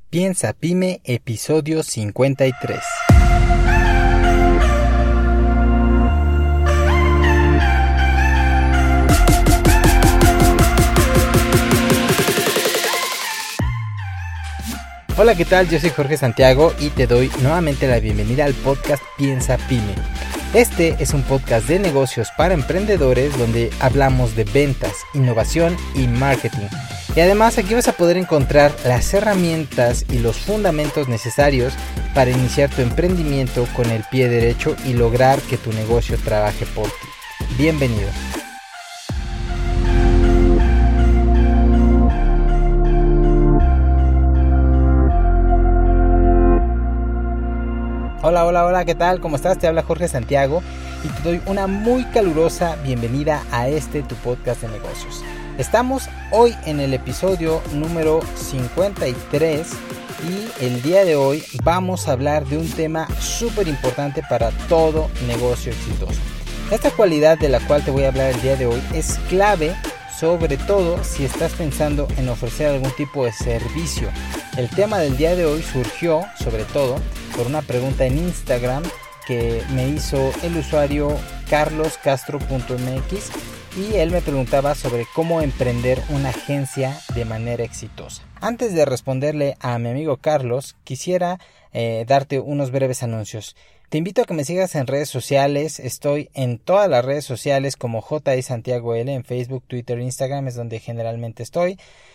Piensa Pyme, episodio 53. Hola, ¿qué tal? Yo soy Jorge Santiago y te doy nuevamente la bienvenida al podcast Piensa Pyme. Este es un podcast de negocios para emprendedores donde hablamos de ventas, innovación y marketing. Y además aquí vas a poder encontrar las herramientas y los fundamentos necesarios para iniciar tu emprendimiento con el pie derecho y lograr que tu negocio trabaje por ti. Bienvenido. Hola, ¿qué tal? ¿Cómo estás? Te habla Jorge Santiago y te doy una muy calurosa bienvenida a tu podcast de negocios. Estamos hoy en el episodio número 53 y el día de hoy vamos a hablar de un tema súper importante para todo negocio exitoso. Esta cualidad de la cual te voy a hablar el día de hoy es clave, sobre todo si estás pensando en ofrecer algún tipo de servicio. El tema del día de hoy surgió sobre todo por una pregunta en Instagram que me hizo el usuario carloscastro.mx y él me preguntaba sobre cómo emprender una agencia de manera exitosa. Antes de responderle a mi amigo Carlos, quisiera darte unos breves anuncios. Te invito a que me sigas en redes sociales. Estoy en todas las redes sociales como J.I. Santiago L en Facebook, Twitter, Instagram es donde generalmente estoy.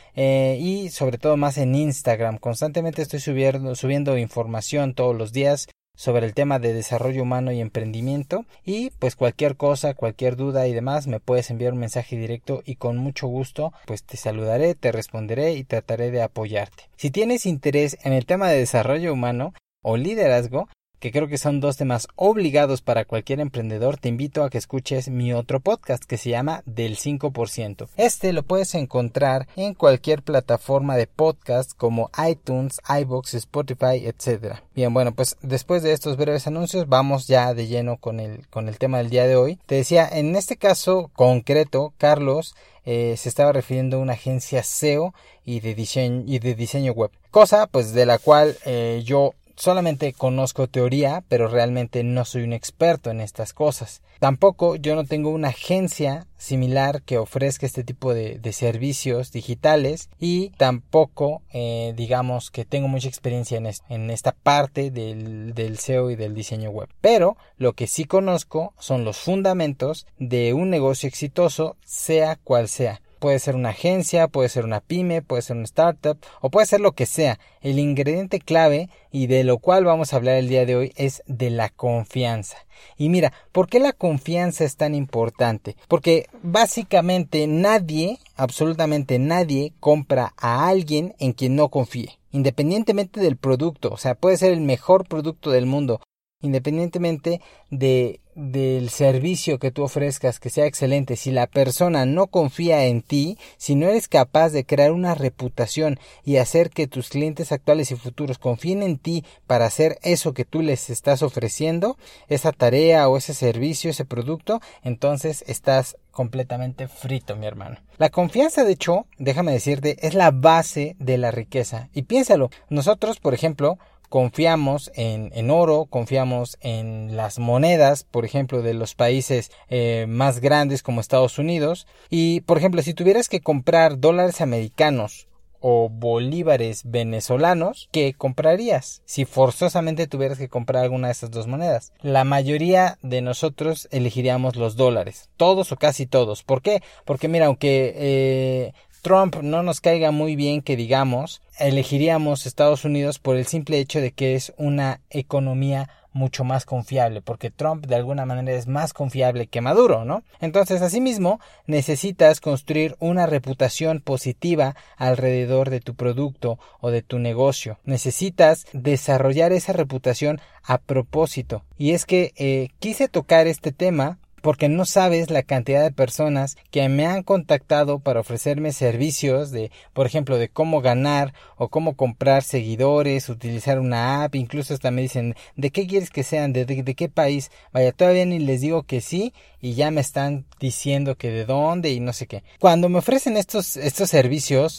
Y sobre todo más en Instagram. Constantemente estoy subiendo información todos los días sobre el tema de desarrollo humano y emprendimiento. Y pues cualquier cosa, cualquier duda y demás me puedes enviar un mensaje directo y con mucho gusto pues te saludaré, te responderé y trataré de apoyarte. Si tienes interés en el tema de desarrollo humano o liderazgo, que creo que son dos temas obligados para cualquier emprendedor, te invito a que escuches mi otro podcast que se llama Del 5%. Este lo puedes encontrar en cualquier plataforma de podcast como iTunes, iVoox, Spotify, etc. Bien, bueno, pues después de estos breves anuncios vamos ya de lleno con el tema del día de hoy. Te decía, en este caso concreto, Carlos se estaba refiriendo a una agencia SEO y de diseño web. Cosa pues de la cual yo solamente conozco teoría, pero realmente no soy un experto en estas cosas. Tampoco yo no tengo una agencia similar que ofrezca este tipo de servicios digitales y tampoco digamos que tengo mucha experiencia en esta parte del SEO y del diseño web. Pero lo que sí conozco son los fundamentos de un negocio exitoso, sea cual sea. Puede ser una agencia, puede ser una pyme, puede ser una startup o puede ser lo que sea. El ingrediente clave y de lo cual vamos a hablar el día de hoy es de la confianza. Y mira, ¿por qué la confianza es tan importante? Porque básicamente nadie, absolutamente nadie, compra a alguien en quien no confíe. Independientemente del producto, o sea, puede ser el mejor producto del mundo. Independientemente del servicio que tú ofrezcas, que sea excelente, si la persona no confía en ti, si no eres capaz de crear una reputación y hacer que tus clientes actuales y futuros confíen en ti para hacer eso que tú les estás ofreciendo, esa tarea o ese servicio, ese producto, entonces estás completamente frito, mi hermano. La confianza, de hecho, déjame decirte, es la base de la riqueza. Y piénsalo, nosotros, por ejemplo, confiamos en oro, confiamos en las monedas, por ejemplo, de los países más grandes como Estados Unidos. Y, por ejemplo, si tuvieras que comprar dólares americanos o bolívares venezolanos, ¿qué comprarías? Si forzosamente tuvieras que comprar alguna de esas dos monedas. La mayoría de nosotros elegiríamos los dólares. Todos o casi todos. ¿Por qué? Porque mira, aunque Trump no nos caiga muy bien que digamos, elegiríamos Estados Unidos por el simple hecho de que es una economía mucho más confiable, porque Trump de alguna manera es más confiable que Maduro, ¿no? Entonces, asimismo, necesitas construir una reputación positiva alrededor de tu producto o de tu negocio. Necesitas desarrollar esa reputación a propósito. Y es que quise tocar este tema porque no sabes la cantidad de personas que me han contactado para ofrecerme servicios de, por ejemplo, de cómo ganar o cómo comprar seguidores, utilizar una app, incluso hasta me dicen, ¿de qué quieres que sean? ¿De qué país? Vaya, todavía ni les digo que sí y ya me están diciendo que de dónde y no sé qué. Cuando me ofrecen estos servicios,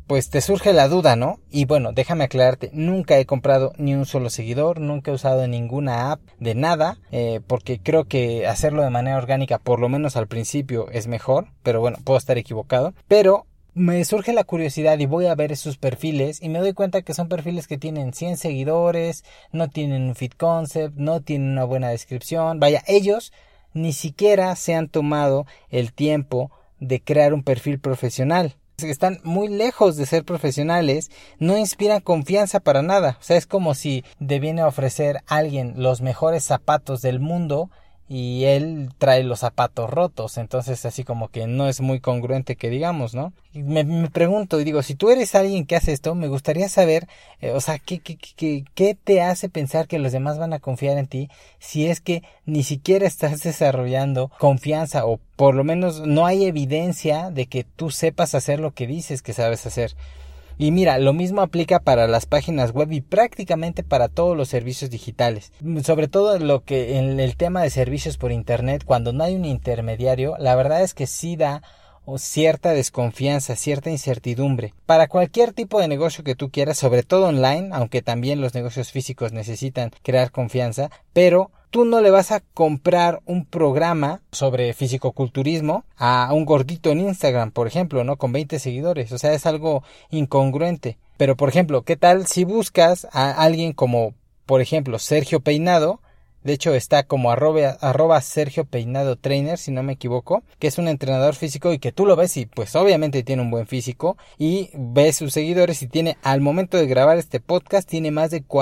pues te surge la duda, ¿no? Y bueno, déjame aclararte, nunca he comprado ni un solo seguidor, nunca he usado ninguna app de nada, porque creo que hacerlo de manera orgánica, por lo menos al principio, es mejor, pero bueno, puedo estar equivocado, pero me surge la curiosidad y voy a ver sus perfiles y me doy cuenta que son perfiles que tienen 100 seguidores, no tienen un feed concept, no tienen una buena descripción, vaya, ellos ni siquiera se han tomado el tiempo de crear un perfil profesional. Están muy lejos de ser profesionales, no inspiran confianza para nada. O sea, es como si te viene a ofrecer a alguien los mejores zapatos del mundo y él trae los zapatos rotos. Entonces así como que no es muy congruente que digamos, ¿no? Y me pregunto y digo, si tú eres alguien que hace esto, me gustaría saber, o sea, ¿qué te hace pensar que los demás van a confiar en ti si es que ni siquiera estás desarrollando confianza o por lo menos no hay evidencia de que tú sepas hacer lo que dices que sabes hacer? Y mira, lo mismo aplica para las páginas web y prácticamente para todos los servicios digitales. Sobre todo lo que en el tema de servicios por internet, cuando no hay un intermediario, la verdad es que sí da cierta desconfianza, cierta incertidumbre. Para cualquier tipo de negocio que tú quieras, sobre todo online, aunque también los negocios físicos necesitan crear confianza, pero tú no le vas a comprar un programa sobre fisicoculturismo a un gordito en Instagram, por ejemplo, ¿no? Con 20 seguidores. O sea, es algo incongruente. Pero, por ejemplo, ¿qué tal si buscas a alguien como, por ejemplo, Sergio Peinado? De hecho está como arroba Sergio Peinado Trainer, si no me equivoco, que es un entrenador físico y que tú lo ves y pues obviamente tiene un buen físico y ves sus seguidores y tiene, al momento de grabar este podcast, tiene más de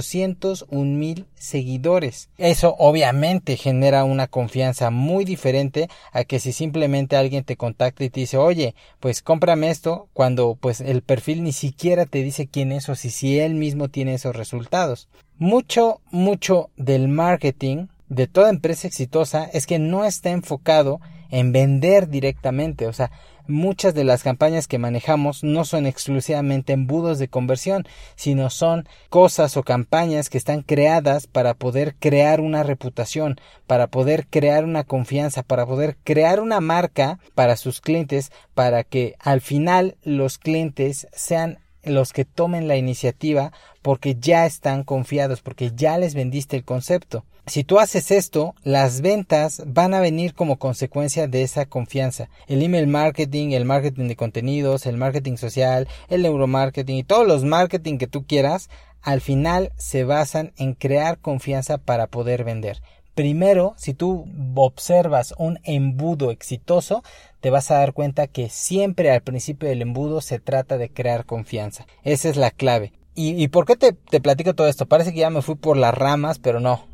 401,000 seguidores. Eso obviamente genera una confianza muy diferente a que si simplemente alguien te contacta y te dice, oye, pues cómprame esto, cuando pues el perfil ni siquiera te dice quién es o si él mismo tiene esos resultados. Mucho del marketing de toda empresa exitosa es que no está enfocado en vender directamente. O sea, muchas de las campañas que manejamos no son exclusivamente embudos de conversión, sino son cosas o campañas que están creadas para poder crear una reputación, para poder crear una confianza, para poder crear una marca para sus clientes, para que al final los clientes sean los que tomen la iniciativa porque ya están confiados, porque ya les vendiste el concepto. Si tú haces esto, las ventas van a venir como consecuencia de esa confianza. El email marketing, el marketing de contenidos, el marketing social, el neuromarketing y todos los marketing que tú quieras, al final se basan en crear confianza para poder vender. Primero, si tú observas un embudo exitoso, te vas a dar cuenta que siempre al principio del embudo se trata de crear confianza. Esa es la clave. ¿Y por qué te platico todo esto? Parece que ya me fui por las ramas, pero no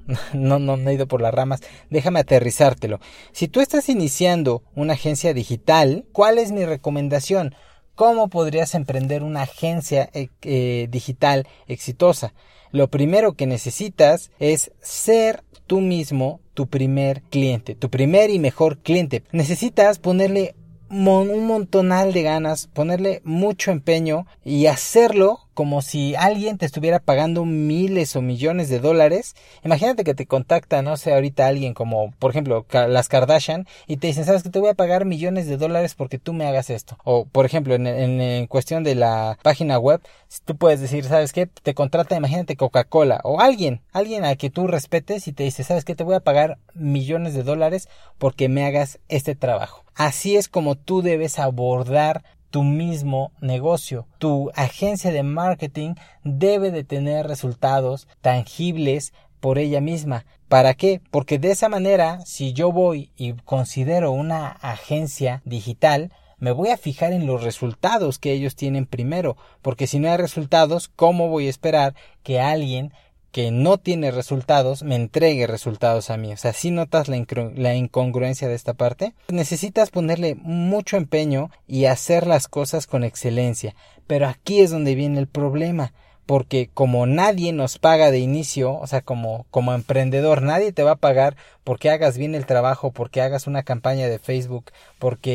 he ido por las ramas. Déjame aterrizártelo. Si tú estás iniciando una agencia digital, ¿cuál es mi recomendación? ¿Cómo podrías emprender una agencia digital exitosa? Lo primero que necesitas es ser tú mismo tu primer cliente, tu primer y mejor cliente. Necesitas ponerle un montonal de ganas, ponerle mucho empeño y hacerlo como si alguien te estuviera pagando miles o millones de dólares. Imagínate que te contacta, no sé, ahorita alguien como, por ejemplo, las Kardashian y te dicen, ¿sabes que te voy a pagar millones de dólares porque tú me hagas esto? O, por ejemplo, en cuestión de la página web, tú puedes decir, ¿sabes qué? Te contrata, imagínate, Coca-Cola o alguien a que tú respetes y te dice, ¿sabes qué? Te voy a pagar millones de dólares porque me hagas este trabajo. Así es como tú debes abordar tu mismo negocio. Tu agencia de marketing debe de tener resultados tangibles por ella misma. ¿Para qué? Porque de esa manera, si yo voy y considero una agencia digital, me voy a fijar en los resultados que ellos tienen primero, porque si no hay resultados, ¿cómo voy a esperar que alguien que no tiene resultados me entregue resultados a mí? O sea, si notas la incongruencia de esta parte, necesitas ponerle mucho empeño y hacer las cosas con excelencia. Pero aquí es donde viene el problema, porque como nadie nos paga de inicio, o sea, como emprendedor, nadie te va a pagar porque hagas bien el trabajo, porque hagas una campaña de Facebook, porque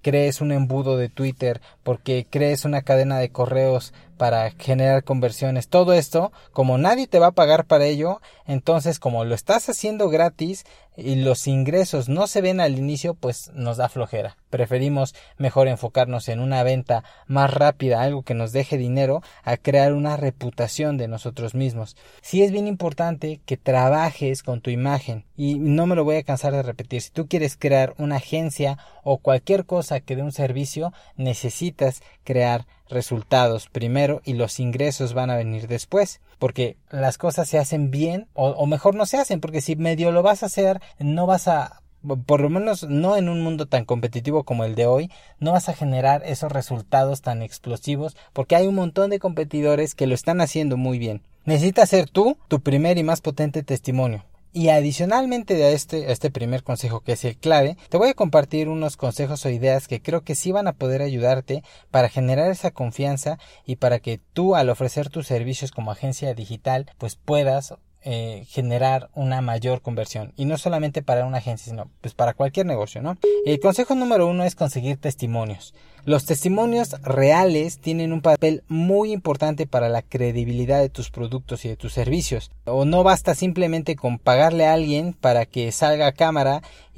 crees un embudo de Twitter, porque crees una cadena de correos para generar conversiones. Todo esto, como nadie te va a pagar para ello, entonces como lo estás haciendo gratis y los ingresos no se ven al inicio, pues nos da flojera. Preferimos mejor enfocarnos en una venta más rápida, algo que nos deje dinero, a crear una reputación de nosotros mismos. Sí es bien importante que trabajes con tu imagen, y no me lo voy a cansar de repetir. Si tú quieres crear una agencia o cualquier cosa que dé un servicio, necesitas crear resultados primero y los ingresos van a venir después, porque las cosas se hacen bien o mejor no se hacen, porque si medio lo vas a hacer, no vas a, por lo menos no en un mundo tan competitivo como el de hoy, no vas a generar esos resultados tan explosivos, porque hay un montón de competidores que lo están haciendo muy bien. Necesitas ser tú tu primer y más potente testimonio. Y adicionalmente de este primer consejo, que es el clave, te voy a compartir unos consejos o ideas que creo que sí van a poder ayudarte para generar esa confianza y para que tú, al ofrecer tus servicios como agencia digital, pues puedas generar una mayor conversión, y no solamente para una agencia, sino pues para cualquier negocio, ¿no? El consejo número 1 es conseguir testimonios. Los testimonios reales tienen un papel muy importante para la credibilidad de tus productos y de tus servicios. O no basta simplemente con pagarle a alguien para que salga a cámara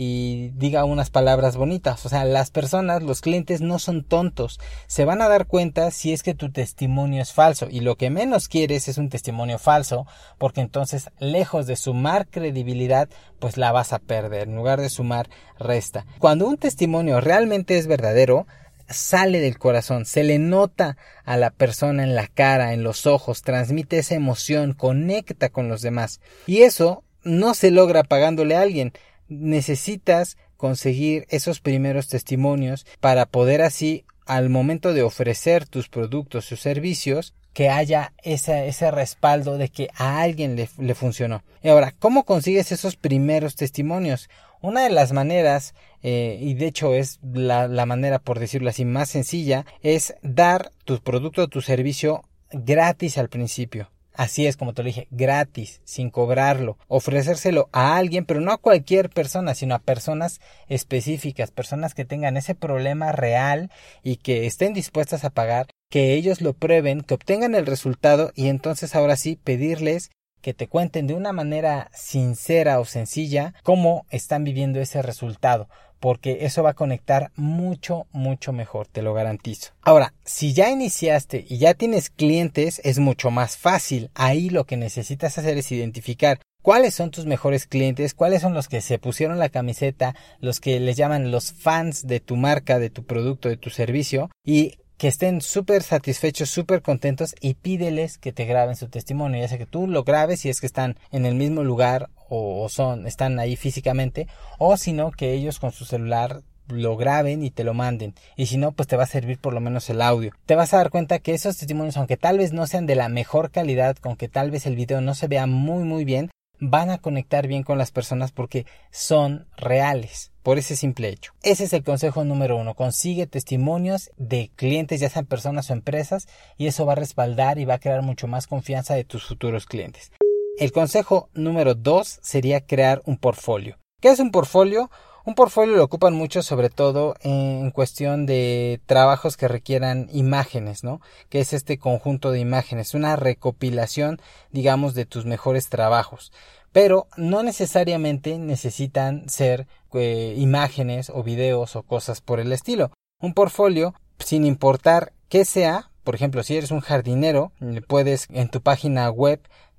y diga unas palabras bonitas. O sea, las personas, los clientes no son tontos. Se van a dar cuenta si es que tu testimonio es falso, y lo que menos quieres es un testimonio falso, porque entonces, lejos de sumar credibilidad, pues la vas a perder. En lugar de sumar, resta. Cuando un testimonio realmente es verdadero, sale del corazón, se le nota a la persona en la cara, en los ojos, transmite esa emoción, conecta con los demás. Y eso no se logra pagándole a alguien. Necesitas conseguir esos primeros testimonios para poder así, al momento de ofrecer tus productos o servicios, que haya ese respaldo de que a alguien le funcionó. Y ahora, ¿cómo consigues esos primeros testimonios? Una de las maneras, y de hecho es la manera, por decirlo así, más sencilla, es dar tu producto o tu servicio gratis al principio. Así es, como te lo dije, gratis, sin cobrarlo. Ofrecérselo a alguien, pero no a cualquier persona, sino a personas específicas, personas que tengan ese problema real y que estén dispuestas a pagar, que ellos lo prueben, que obtengan el resultado, y entonces ahora sí pedirles que te cuenten de una manera sincera o sencilla cómo están viviendo ese resultado, porque eso va a conectar mucho mejor, te lo garantizo. Ahora, si ya iniciaste y ya tienes clientes, es mucho más fácil. Ahí lo que necesitas hacer es identificar cuáles son tus mejores clientes, cuáles son los que se pusieron la camiseta, los que les llaman los fans de tu marca, de tu producto, de tu servicio, y que estén súper satisfechos, súper contentos, y pídeles que te graben su testimonio, ya sea que tú lo grabes si es que están en el mismo lugar o están ahí físicamente, o si no, que ellos con su celular lo graben y te lo manden, y si no, pues te va a servir por lo menos el audio. Te vas a dar cuenta que esos testimonios, aunque tal vez no sean de la mejor calidad, con que tal vez el video no se vea muy bien, van a conectar bien con las personas porque son reales, por ese simple hecho. Ese es el consejo número 1. Consigue testimonios de clientes, ya sean personas o empresas, y eso va a respaldar y va a crear mucho más confianza de tus futuros clientes. El consejo número 2 sería crear un portfolio. ¿Qué es un portfolio? Un portfolio lo ocupan mucho, sobre todo en cuestión de trabajos que requieran imágenes, ¿no? Que es este conjunto de imágenes, una recopilación, digamos, de tus mejores trabajos. Pero no necesariamente necesitan ser imágenes o videos o cosas por el estilo. Un portfolio, sin importar qué sea, por ejemplo, si eres un jardinero, puedes en tu página web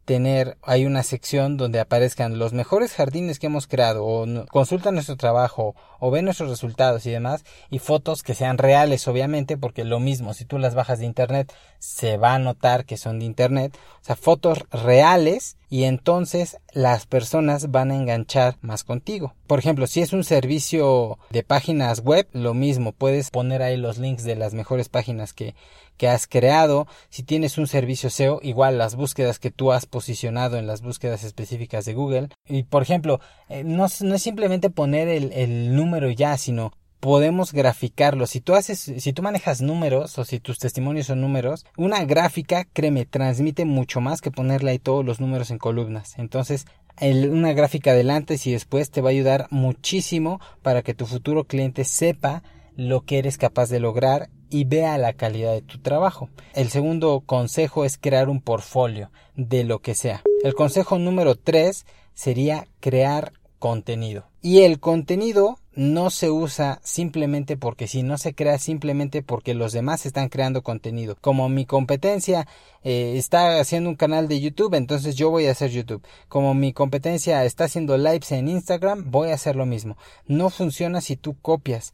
hay una sección donde aparezcan los mejores jardines que hemos creado, o consulta nuestro trabajo, o ve nuestros resultados y demás, y fotos que sean reales, obviamente, porque lo mismo, si tú las bajas de internet, se va a notar que son de internet. O sea, fotos reales, y entonces las personas van a enganchar más contigo. Por ejemplo, si es un servicio de páginas web, lo mismo, puedes poner ahí los links de las mejores páginas que has creado. Si tienes un servicio SEO, igual las búsquedas que tú has posicionado en las búsquedas específicas de Google. Y por ejemplo, no es simplemente poner el número ya, sino podemos graficarlo. Si tú manejas números, o si tus testimonios son números, una gráfica, créeme, transmite mucho más que ponerle ahí todos los números en columnas. Entonces, una gráfica de antes y después te va a ayudar muchísimo para que tu futuro cliente sepa lo que eres capaz de lograr y vea la calidad de tu trabajo. El segundo consejo es crear un portfolio de lo que sea. El consejo número 3 sería crear contenido. Y el contenido no se usa simplemente porque sí, no se crea simplemente porque los demás están creando contenido. Como mi competencia está haciendo un canal de YouTube, entonces yo voy a hacer YouTube. Como mi competencia está haciendo lives en Instagram, voy a hacer lo mismo. No funciona si tú copias.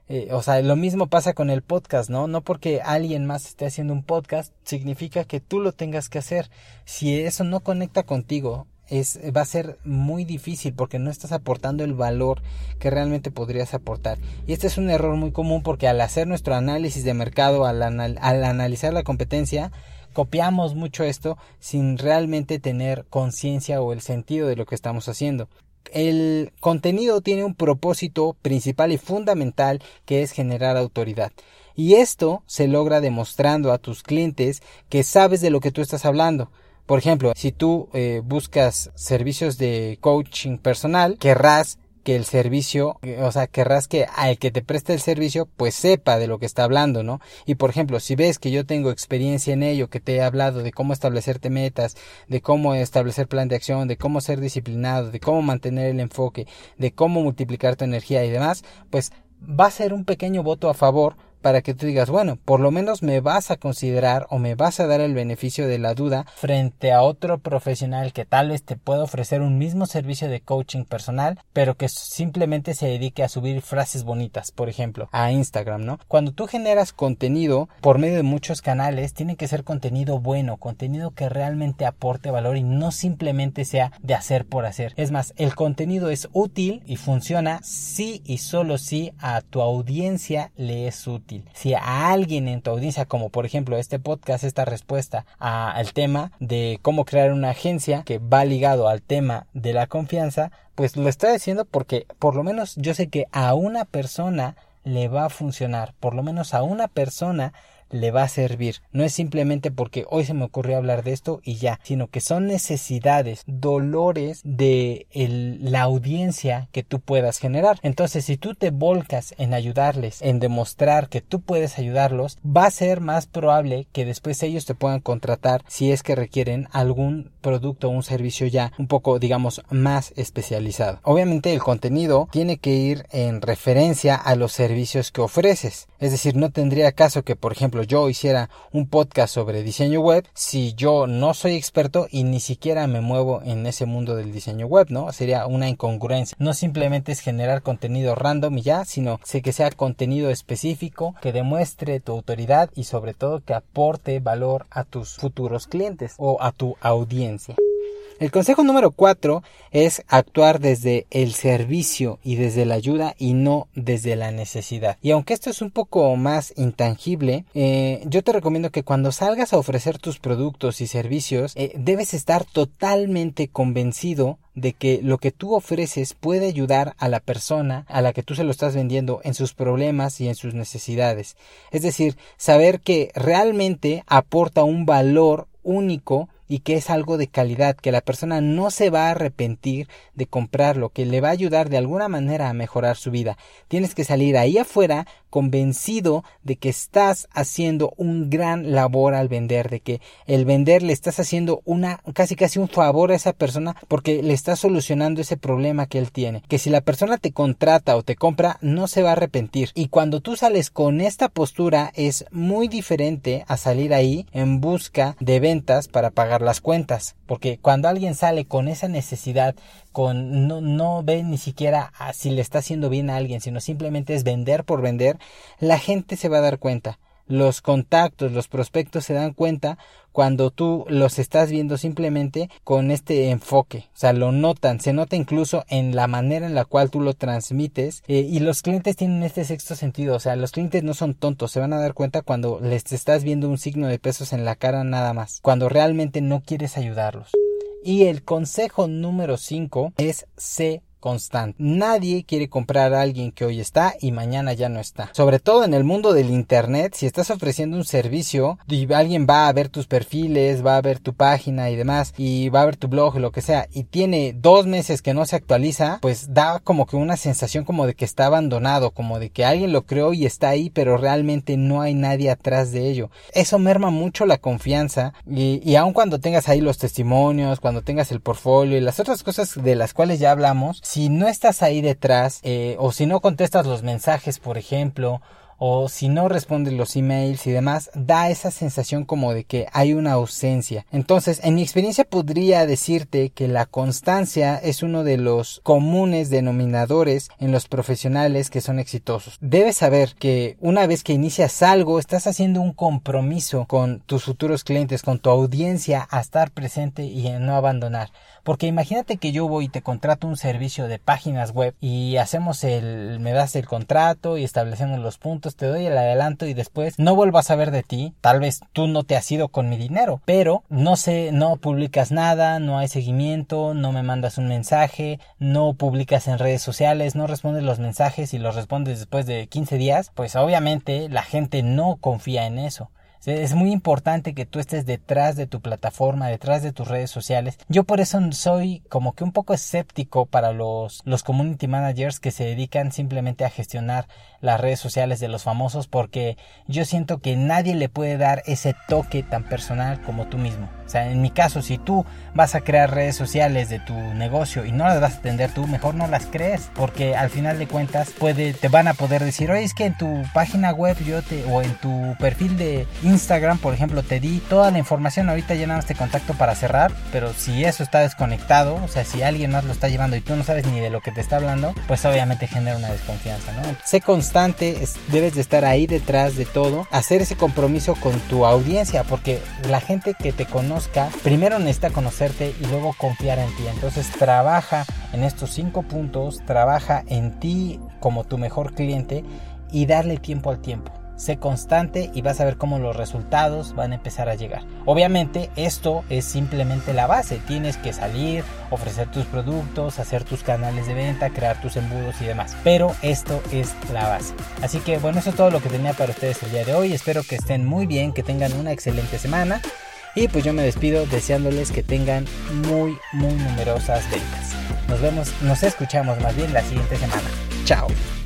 Lo mismo pasa con el podcast, ¿no? No porque alguien más esté haciendo un podcast significa que tú lo tengas que hacer. Si eso no conecta contigo, va a ser muy difícil porque no estás aportando el valor que realmente podrías aportar. Y este es un error muy común porque al hacer nuestro análisis de mercado, al analizar la competencia, copiamos mucho esto sin realmente tener conciencia o el sentido de lo que estamos haciendo. El contenido tiene un propósito principal y fundamental que es generar autoridad. Y esto se logra demostrando a tus clientes que sabes de lo que tú estás hablando. Por ejemplo, si tú buscas servicios de coaching personal, querrás que el servicio, querrás que al que te preste el servicio, pues sepa de lo que está hablando, ¿no? Y por ejemplo, si ves que yo tengo experiencia en ello, que te he hablado de cómo establecerte metas, de cómo establecer plan de acción, de cómo ser disciplinado, de cómo mantener el enfoque, de cómo multiplicar tu energía y demás, pues va a ser un pequeño voto a favor para que tú digas, bueno, por lo menos me vas a considerar o me vas a dar el beneficio de la duda frente a otro profesional que tal vez te pueda ofrecer un mismo servicio de coaching personal, pero que simplemente se dedique a subir frases bonitas, por ejemplo, a Instagram, ¿no? Cuando tú generas contenido por medio de muchos canales, tiene que ser contenido bueno, contenido que realmente aporte valor y no simplemente sea de hacer por hacer. Es más, el contenido es útil y funciona si y solo si a tu audiencia le es útil. Si a alguien en tu audiencia, como por ejemplo este podcast, esta respuesta al tema de cómo crear una agencia que va ligado al tema de la confianza, pues lo está diciendo porque por lo menos yo sé que a una persona le va a funcionar, por lo menos a una persona le va a servir. No es simplemente porque hoy se me ocurrió hablar de esto y ya, sino que son necesidades, dolores de la audiencia que tú puedas generar. Entonces, si tú te volcas en ayudarles, en demostrar que tú puedes ayudarlos, va a ser más probable que después ellos te puedan contratar si es que requieren algún producto o un servicio ya un poco, digamos, más especializado. Obviamente el contenido tiene que ir en referencia a los servicios que ofreces. Es decir, no tendría caso que, por ejemplo, yo hiciera un podcast sobre diseño web si yo no soy experto y ni siquiera me muevo en ese mundo del diseño web, ¿no? Sería una incongruencia. No simplemente es generar contenido random y ya, sino que sea contenido específico, que demuestre tu autoridad y sobre todo que aporte valor a tus futuros clientes o a tu audiencia. El consejo número 4 es actuar desde el servicio y desde la ayuda y no desde la necesidad. Y aunque esto es un poco más intangible, yo te recomiendo que cuando salgas a ofrecer tus productos y servicios, debes estar totalmente convencido de que lo que tú ofreces puede ayudar a la persona a la que tú se lo estás vendiendo en sus problemas y en sus necesidades. Es decir, saber que realmente aporta un valor único y que es algo de calidad, que la persona no se va a arrepentir de comprarlo, que le va a ayudar de alguna manera a mejorar su vida. Tienes que salir ahí afuera convencido de que estás haciendo un gran labor al vender, de que el vender le estás haciendo casi un favor a esa persona porque le estás solucionando ese problema que él tiene, que si la persona te contrata o te compra no se va a arrepentir. Y cuando tú sales con esta postura es muy diferente a salir ahí en busca de ventas para pagar las cuentas, porque cuando alguien sale con esa necesidad, no ve ni siquiera si le está haciendo bien a alguien, sino simplemente es vender por vender, la gente se va a dar cuenta. Los contactos, los prospectos se dan cuenta cuando tú los estás viendo simplemente con este enfoque. O sea, lo notan, se nota incluso en la manera en la cual tú lo transmites. Y los clientes tienen este sexto sentido. O sea, los clientes no son tontos, se van a dar cuenta cuando les estás viendo un signo de pesos en la cara nada más, cuando realmente no quieres ayudarlos. Y el consejo número 5 es sé constante. Nadie quiere comprar a alguien que hoy está y mañana ya no está. Sobre todo en el mundo del internet, si estás ofreciendo un servicio y alguien va a ver tus perfiles, va a ver tu página y demás, y va a ver tu blog o lo que sea, y tiene 2 meses que no se actualiza, pues da como que una sensación como de que está abandonado, como de que alguien lo creó y está ahí, pero realmente no hay nadie atrás de ello. Eso merma mucho la confianza y aun cuando tengas ahí los testimonios, cuando tengas el portfolio y las otras cosas de las cuales ya hablamos, si no estás ahí detrás, o si no contestas los mensajes, por ejemplo, o si no respondes los emails y demás, da esa sensación como de que hay una ausencia. Entonces, en mi experiencia podría decirte que la constancia es uno de los comunes denominadores en los profesionales que son exitosos. Debes saber que una vez que inicias algo, estás haciendo un compromiso con tus futuros clientes, con tu audiencia, a estar presente y a no abandonar. Porque imagínate que yo voy y te contrato un servicio de páginas web y me das el contrato y establecemos los puntos, te doy el adelanto y después no vuelvo a saber de ti. Tal vez tú no te has ido con mi dinero, pero no publicas nada, no hay seguimiento, no me mandas un mensaje, no publicas en redes sociales, no respondes los mensajes y los respondes después de 15 días, pues obviamente la gente no confía en eso. Es muy importante que tú estés detrás de tu plataforma, detrás de tus redes sociales. Yo por eso soy como que un poco escéptico para los community managers que se dedican simplemente a gestionar las redes sociales de los famosos, porque yo siento que nadie le puede dar ese toque tan personal como tú mismo. O sea, en mi caso, si tú vas a crear redes sociales de tu negocio y no las vas a atender tú, mejor no las crees, porque al final de cuentas te van a poder decir, oye, es que en tu página web o en tu perfil de Instagram, por ejemplo, te di toda la información, ahorita ya nada más te contacto para cerrar, pero si eso está desconectado, o sea, si alguien más lo está llevando y tú no sabes ni de lo que te está hablando, pues obviamente genera una desconfianza, ¿no? Sé constante, debes de estar ahí detrás de todo, hacer ese compromiso con tu audiencia, porque la gente que te conozca, primero necesita conocerte y luego confiar en ti. Entonces trabaja en estos 5 puntos, trabaja en ti como tu mejor cliente y darle tiempo al tiempo. Sé constante y vas a ver cómo los resultados van a empezar a llegar. Obviamente esto es simplemente la base. Tienes que salir, ofrecer tus productos, hacer tus canales de venta, crear tus embudos y demás. Pero esto es la base. Así que bueno, eso es todo lo que tenía para ustedes el día de hoy. Espero que estén muy bien, que tengan una excelente semana. Y pues yo me despido deseándoles que tengan muy numerosas ventas. Nos escuchamos más bien la siguiente semana. Chao.